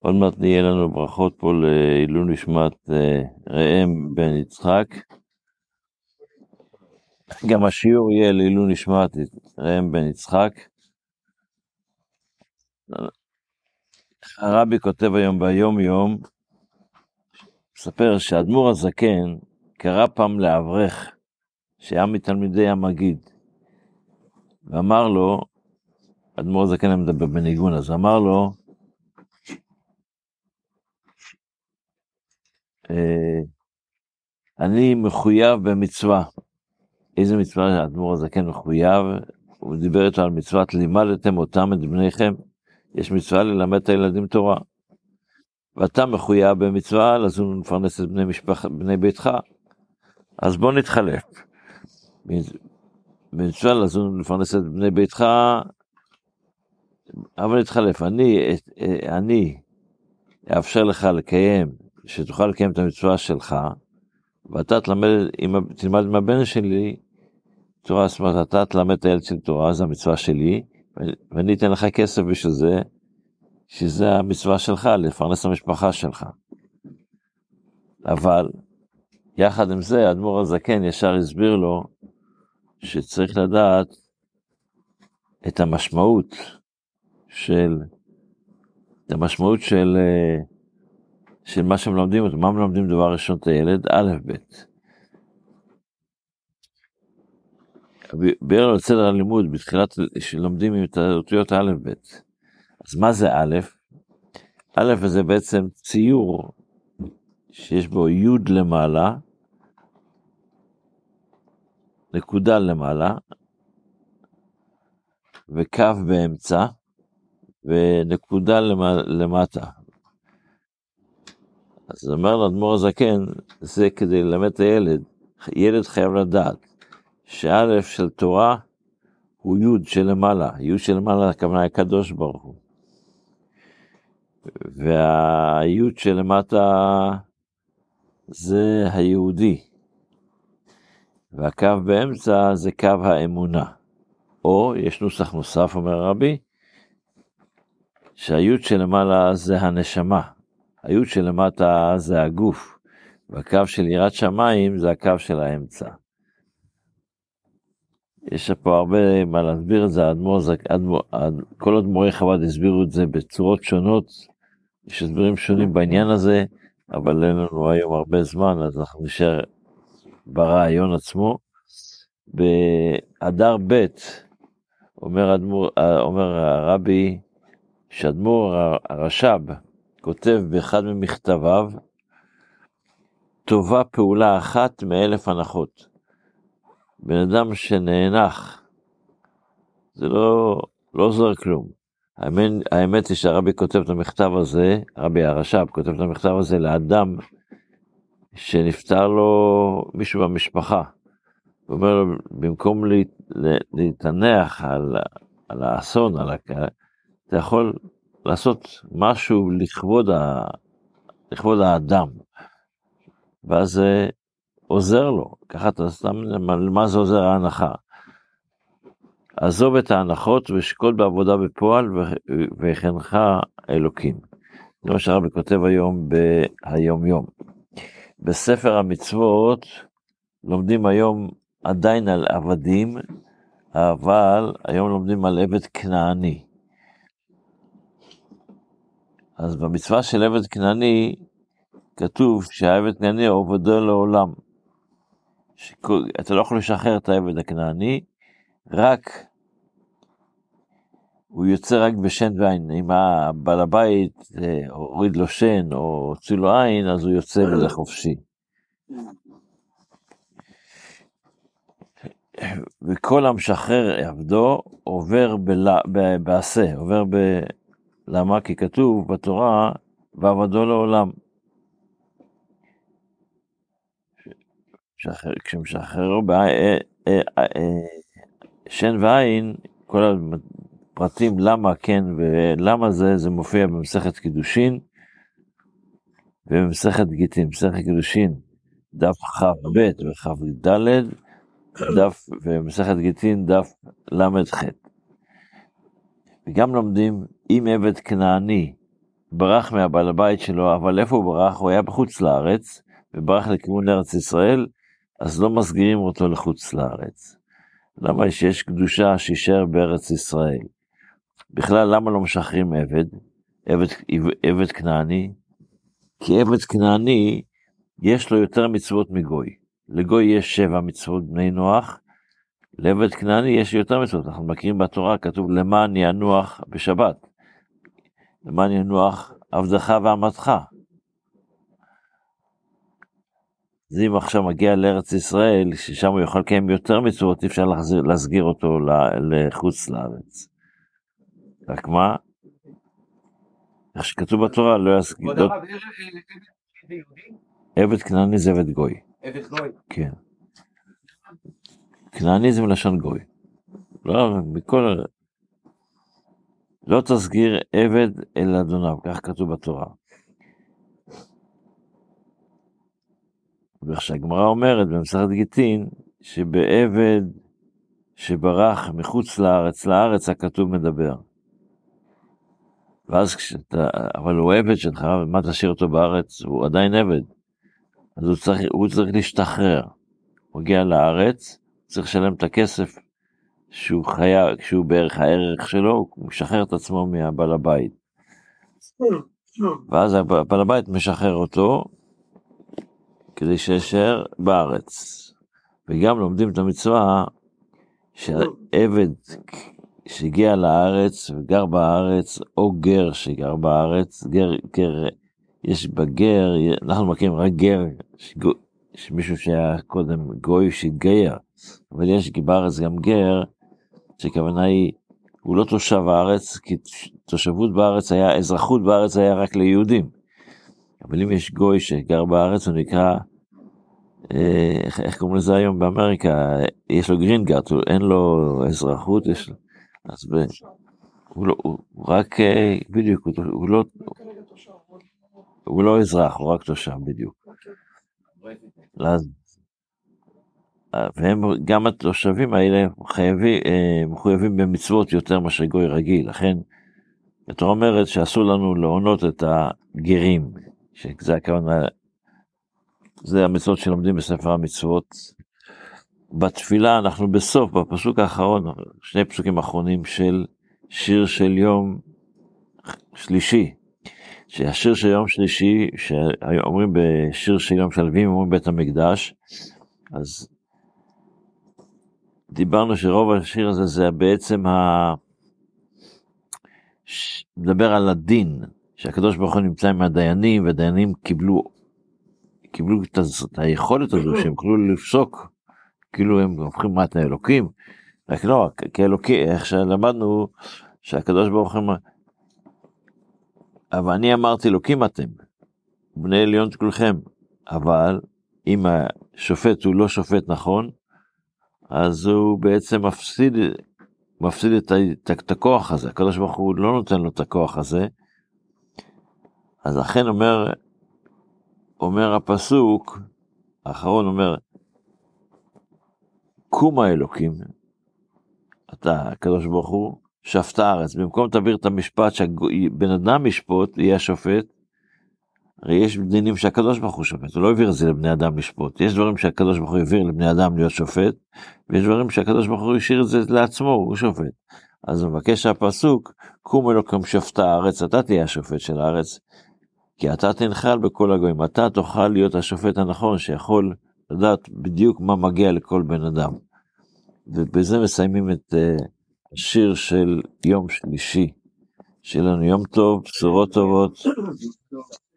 עוד מעט נהיה לנו ברכות פה לעילוי נשמת ראם בן יצחק. גם השיעור יהיה לעילוי נשמת ראם בן יצחק. הרבי כותב היום ביום יום, מספר שהאדמו"ר הזקן קרא פעם לאברך שהיה מתלמידי המגיד, ואמר לו, האדמו"ר הזקן מדבר בניגון, אז אמר לו, אני מחויב במצווה. איזה מצווה האדמו"ר הזקן מחויב? הוא דיבר איתו על מצוות לימדתם אותם את בניכם. יש מצווה ללמד את הילדים תורה. ואתה מחויב במצווה לזון ולפרנס את בני ביתך. אז בוא נתחלף. במצווה לזון ולפרנס את בני ביתך, אבל נתחלף. אני אאפשר לך לקיים, שתוכל לקיים את המצווה שלך, ואתה תלמד עם הבן שלי תורה, זאת אומרת, אתה תלמד את הילד של תורה, זו המצווה שלי, ואני אתן לך כסף בשביל זה, שזה המצווה שלך, לפרנס המשפחה שלך. אבל, יחד עם זה, האדמו"ר הזקן ישר הסביר לו, שצריך לדעת את המשמעות של מה שהם לומדים, מה מלמדים דבר ראשון את הילד, א' ב'. ביאר על סדר הלימוד, בתחילת שלומדים את האותיות א' ב'. אז מה זה א'? א' זה בעצם ציור, שיש בו י' למעלה, נקודה למעלה, וקו באמצע, ונקודה למטה. אז אומר לאדמו"ר הזקן, זה כדי ללמד את הילד, ילד חייב לדעת, שא' של תורה הוא י' של למעלה, י' של למעלה הכוונה הקדוש ברוך הוא. והי' של למטה זה היהודי. והקו באמצע זה קו האמונה. או יש נוסח נוסף, אומר רבי, שהי' של למעלה זה הנשמה. הי' של למטה זה הגוף. והקו של יראת שמיים זה הקו של האמצע. יש פה הרבה מה להסביר את זה, כל אדמו"רי חב"ד הסבירו את זה בצורות שונות, יש הסברים שונים בעניין הזה, אבל אין לנו היום הרבה זמן, אז אנחנו נשאר ברעיון עצמו. באדר ב' אומר הרבי, שאדמו"ר הרש"ב כותב באחד ממכתביו, טובה פעולה אחת מ1,000 הנחות. בן אדם שנאנח, זה לא עוזר כלום. האמת היא שהרבי כותב את המכתב הזה, הרבי הרש"ב כותב את המכתב הזה לאדם שנפטר לו מישהו במשפחה. הוא אומר לו, במקום להתענח על האסון, אתה יכול לעשות משהו לכבוד האדם. ואז זה עוזר לו. ככה אתה סתם, מה זה עוזר ההנחה? עזוב את ההנחות ושקול בעבודה בפועל וכנך אלוקים. זה מה שהרבי כותב היום ביום יום. בספר המצוות לומדים היום עדיין על עבדים, אבל היום לומדים על עבד כנעני. אז במצווה של עבד כנעני כתוב שהעבד כנעני עובדו לעולם. אתה לא יכול לשחרר את העבד הכנעני, הוא יוצא רק בשן ועין. אם הבעל הבית הוריד לו שן או הוציא לו עין, אז הוא יוצא בזה חופשי. וכל המשחרר עבדו עובר בעשה, למה? כי כתוב בתורה, ועבדו לעולם. כשמשחררו שן ועין, כל הפרטים למה כן ולמה זה מופיע במסכת קידושין ובמסכת גיטין. מסכת קידושין דף כ"ב וכ"ד, ומסכת גיטין דף ל"ח. וגם לומדים אם עבד כנעני ברח מהבעל הבית שלו, אבל איפה הוא ברח? הוא היה בחוץ לארץ, וברח לכיוון ארץ ישראל, אז לא מסגירים אותו לחוץ לארץ. למה שיש קדושה שישאר בארץ ישראל? בכלל, למה לא משחררים עבד כנעני? כי עבד כנעני, יש לו יותר מצוות מגוי. לגוי יש 7 מצוות בני נוח, לעבד כנעני יש יותר מצוות. אנחנו מכירים בתורה, כתוב למען ינוח בשבת. למען ינוח עבדך ועמתך. אז אם עכשיו מגיע לארץ ישראל, ששם הוא יכול לקיים יותר מצוות, אי אפשר להסגיר אותו לחוץ לארץ. רק מה? איך שכתוב בתורה, לא יסגיר. עבד כנעני זה עבד גוי. עבד גוי? כן. כנעני זה מלשון גוי. לא תסגיר עבד אל אדוניו, כך כתוב בתורה. ואיך שהגמרא אומרת במסכת גיטין, שבעבד שברח מחוץ לארץ הכתוב מדבר. ואז אבל הוא עבד שלך, ומה תשאיר אותו בארץ? הוא עדיין עבד. אז הוא צריך להשתחרר. הוא מגיע לארץ, צריך לשלם את הכסף כשהוא בערך הערך שלו, הוא משחרר את עצמו מהבעל הבית. ואז הבעל הבית משחרר אותו, כדי שישאר בארץ. וגם לומדים את המצווה, שהעבד שהגיע לארץ וגר בארץ, או גר שגר בארץ, גר, יש בגר, אנחנו מכירים רק גר, שמישהו שהיה קודם גוי שגייר, אבל יש בארץ גם גר, שכוונה היא, הוא לא תושב הארץ, כי תושבות בארץ היה, אזרחות בארץ היה רק ליהודים. אבל אם יש גוי שגר בארץ, הוא נקרא, איך קוראים לזה היום באמריקה, יש לו גרינגארד, אין לו אזרחות, יש לו, אז הוא רק, בדיוק, הוא לא אזרח, הוא רק תושב, בדיוק. והם, גם התושבים האלה מחויבים במצוות יותר מאשר גוי רגיל, לכן התורה אומרת שאסור לנו לעונות את הגרים, שזה הכוונה, זה המצוות שלומדים בספר המצוות. בתפילה אנחנו בסוף, בפסוק האחרון, 2 פסוקים אחרונים של שיר של יום שלישי, שהשיר של יום שלישי, שאומרים בשיר של יום שלווים, אומרים בית המקדש, אז דיברנו שרוב השיר הזה זה בעצם מדבר על הדין, שהקדוש ברוך הוא נמצא עם הדיינים, והדיינים קיבלו את היכולת הזו, שהם יכולו לפסוק, כאילו הם הופכים מעט לאלוקים, רק לא, כאלוקים, איך שלמדנו, שהקדוש ברוך הוא, אבל אני אמרתי אלוקים אתם, בני עליון כולכם, אבל אם השופט הוא לא שופט נכון, אז הוא בעצם מפסיד את הכוח הזה, הקדוש ברוך הוא לא נותן לו את הכוח הזה, אז לכן אומר הפסוק, האחרון אומר, קום האלוקים, אתה, הקדוש ברוך הוא, שפט הארץ, במקום תעביר את המשפט שבן אדם ישפוט, יהיה השופט, הרי יש דינים שהקדוש ברוך הוא שופט, הוא לא העביר את זה לבני אדם לשפוט, יש דברים שהקדוש ברוך הוא העביר לבני אדם להיות שופט, ויש דברים שהקדוש ברוך הוא השאיר את זה לעצמו, הוא שופט. אז הוא מבקש הפסוק, קום אלוקים שפט הארץ, אתה תהיה השופט של הארץ, כי אתה תנחל בכל הגויים, אתה תוכל להיות השופט הנכון, שיכול לדעת בדיוק מה מגיע לכל בן אדם. ובזה מסיימים את השיר של יום שלישי. שיהיה לנו יום טוב, בשורות טובות.